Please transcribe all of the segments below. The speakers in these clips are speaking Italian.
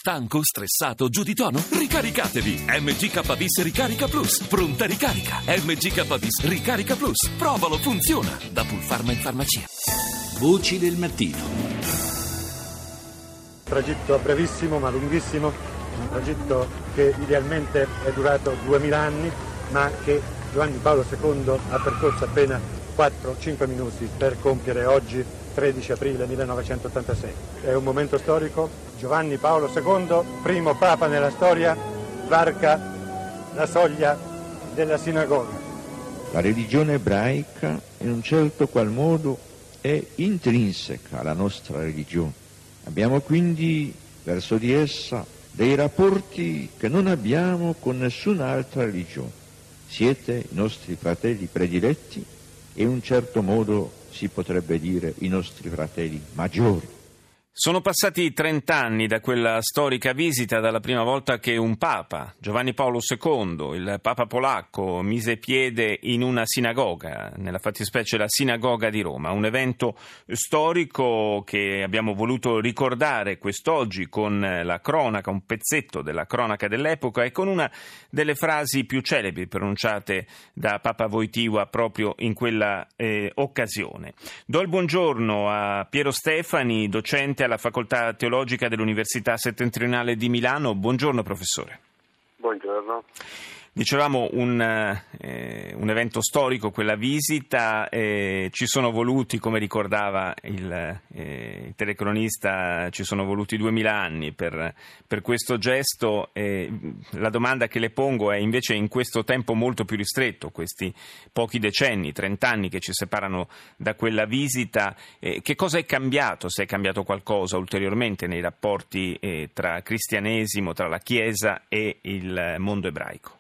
Stanco, stressato, giù di tono? Ricaricatevi! MGKBIS Ricarica Plus. Pronta ricarica. MGKBIS Ricarica Plus. Provalo, funziona. Da Pulpharma in farmacia. Voci del mattino. Tragitto brevissimo ma lunghissimo, un tragitto che idealmente è durato 2000 anni, ma che Giovanni Paolo II ha percorso appena 4-5 minuti per compiere oggi, 13 aprile 1986. È un momento storico. Giovanni Paolo II, primo Papa nella storia, varca la soglia della sinagoga. La religione ebraica in un certo qual modo è intrinseca alla nostra religione. Abbiamo quindi verso di essa dei rapporti che non abbiamo con nessun'altra religione. Siete i nostri fratelli prediletti e in un certo modo si potrebbe dire i nostri fratelli maggiori. Sono passati 30 anni da quella storica visita, dalla prima volta che un Papa, Giovanni Paolo II, il Papa polacco, mise piede in una sinagoga, nella fattispecie la Sinagoga di Roma, un evento storico che abbiamo voluto ricordare quest'oggi con la cronaca, un pezzetto della cronaca dell'epoca e con una delle frasi più celebri pronunciate da Papa Wojtyła proprio in quella occasione. Do il buongiorno a Piero Stefani, docente alla Facoltà Teologica dell'Università Settentrionale di Milano. Buongiorno professore. Buongiorno. Dicevamo un evento storico, quella visita, ci sono voluti, come ricordava il telecronista, ci sono voluti 2000 anni per questo gesto. La domanda che le pongo è invece, in questo tempo molto più ristretto, questi pochi decenni, 30 anni che ci separano da quella visita, che cosa è cambiato, se è cambiato qualcosa ulteriormente nei rapporti tra cristianesimo, tra la Chiesa e il mondo ebraico?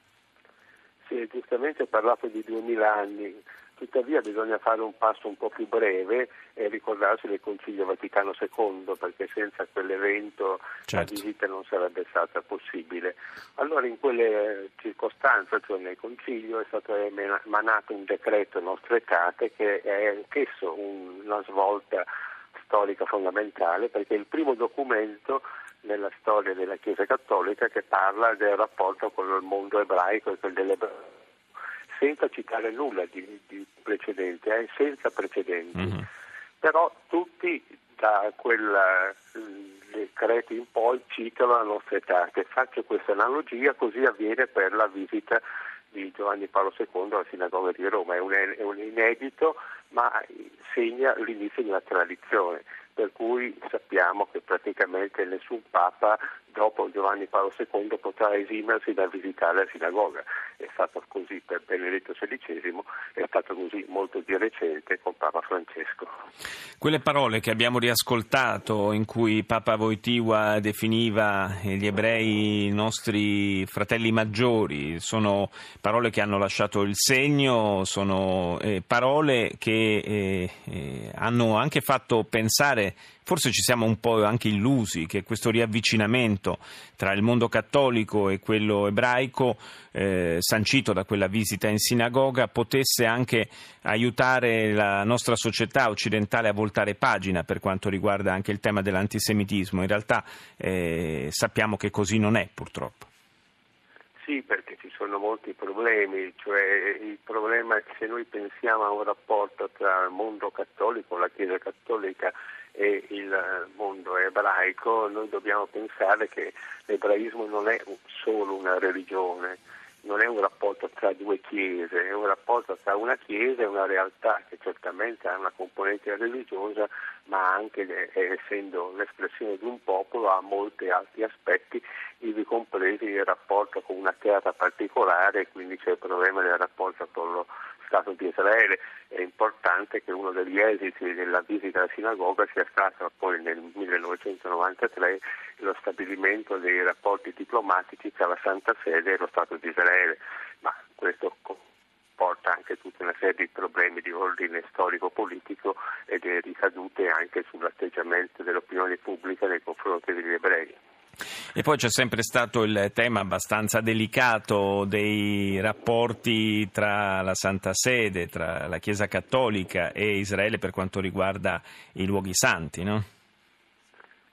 Sì, giustamente parlato di 2000 anni, tuttavia bisogna fare un passo un po' più breve e ricordarsi del Concilio Vaticano II, perché senza quell'evento la visita non sarebbe stata possibile. Allora in quelle circostanze, cioè nel Concilio, è stato emanato un decreto Nostra Aetate che è anch'esso una svolta storica fondamentale, perché è il primo documento nella storia della Chiesa Cattolica che parla del rapporto con il mondo ebraico e con dell'ebraico, senza citare nulla di precedente, senza precedenti. Mm-hmm. Però tutti da quel decreto in poi citano la Nostra Aetate. Faccio questa analogia, così avviene per la visita di Giovanni Paolo II alla Sinagoga di Roma. È un inedito, ma segna l'inizio di una tradizione, per cui sappiamo che praticamente nessun Papa dopo Giovanni Paolo II potrà esimersi da visitare la sinagoga. È stato così per Benedetto XVI, è stato così molto di recente con Papa Francesco. Quelle parole che abbiamo riascoltato in cui Papa Wojtyła definiva gli ebrei i nostri fratelli maggiori, sono parole che hanno lasciato il segno, sono parole che hanno anche fatto pensare, forse ci siamo un po' anche illusi, che questo riavvicinamento tra il mondo cattolico e quello ebraico, sancito da quella visita in sinagoga, potesse anche aiutare la nostra società occidentale a voltare pagina per quanto riguarda anche il tema dell'antisemitismo. In realtà sappiamo che così non è, purtroppo. Sì, perché ci sono molti problemi, cioè il problema è che se noi pensiamo a un rapporto tra il mondo cattolico, la Chiesa cattolica e il mondo ebraico, noi dobbiamo pensare che l'ebraismo non è solo una religione, non è un rapporto tra due chiese, è un rapporto tra una chiesa e una realtà che certamente ha una componente religiosa, ma anche essendo l'espressione di un popolo ha molti altri aspetti, ivi compresi il rapporto con una terra particolare, quindi c'è il problema del rapporto con lo Stato di Israele. È importante che uno degli esiti della visita alla sinagoga sia stato poi nel 1993 lo stabilimento dei rapporti diplomatici tra la Santa Sede e lo Stato di Israele, ma questo porta anche tutta una serie di problemi di ordine storico-politico e delle ricadute anche sull'atteggiamento dell'opinione pubblica nei confronti degli ebrei. E poi c'è sempre stato il tema abbastanza delicato dei rapporti tra la Santa Sede, tra la Chiesa Cattolica e Israele per quanto riguarda i luoghi santi, no? Sì,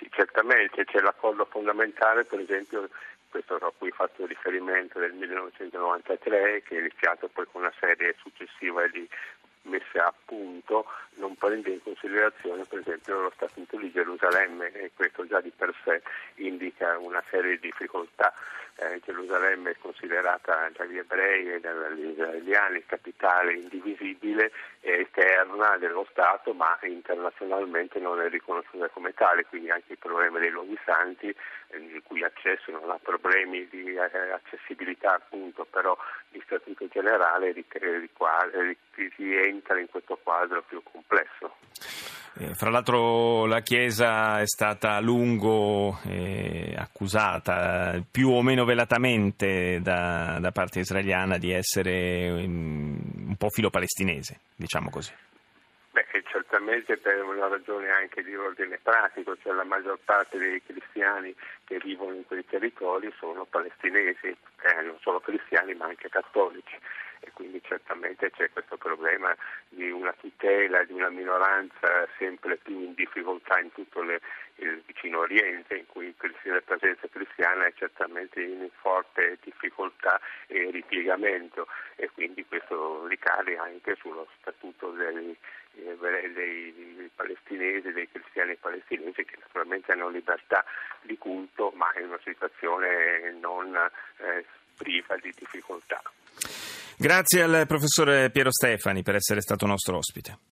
Sì, certamente c'è l'accordo fondamentale, per esempio questo a cui ho fatto riferimento del 1993, che è iniziato poi con una serie successiva di messe a punto, non prende in considerazione per esempio lo Statuto di Gerusalemme, e questo già di per sé indica una serie di difficoltà. Gerusalemme è considerata dagli ebrei e dagli israeliani capitale indivisibile e eterna dello Stato, ma internazionalmente non è riconosciuta come tale, quindi anche il problema dei luoghi santi, il cui accesso non ha problemi di accessibilità appunto, però di statuto generale rientra in questo quadro più complesso. Fra l'altro la Chiesa è stata a lungo accusata, più o meno velatamente da parte israeliana, di essere un po' filo-palestinese, diciamo così. Certamente per una ragione anche di ordine pratico, cioè la maggior parte dei cristiani che vivono in quei territori sono palestinesi, non solo cristiani ma anche cattolici, e quindi certamente c'è questo problema di una tutela di una minoranza sempre più in difficoltà in tutto il vicino Oriente, in cui la presenza cristiana è certamente in forte difficoltà e ripiegamento, e quindi questo ricade anche sullo statuto dei palestinesi, dei cristiani palestinesi, che naturalmente hanno libertà di culto, ma in una situazione non priva di difficoltà. Grazie al professore Piero Stefani per essere stato nostro ospite.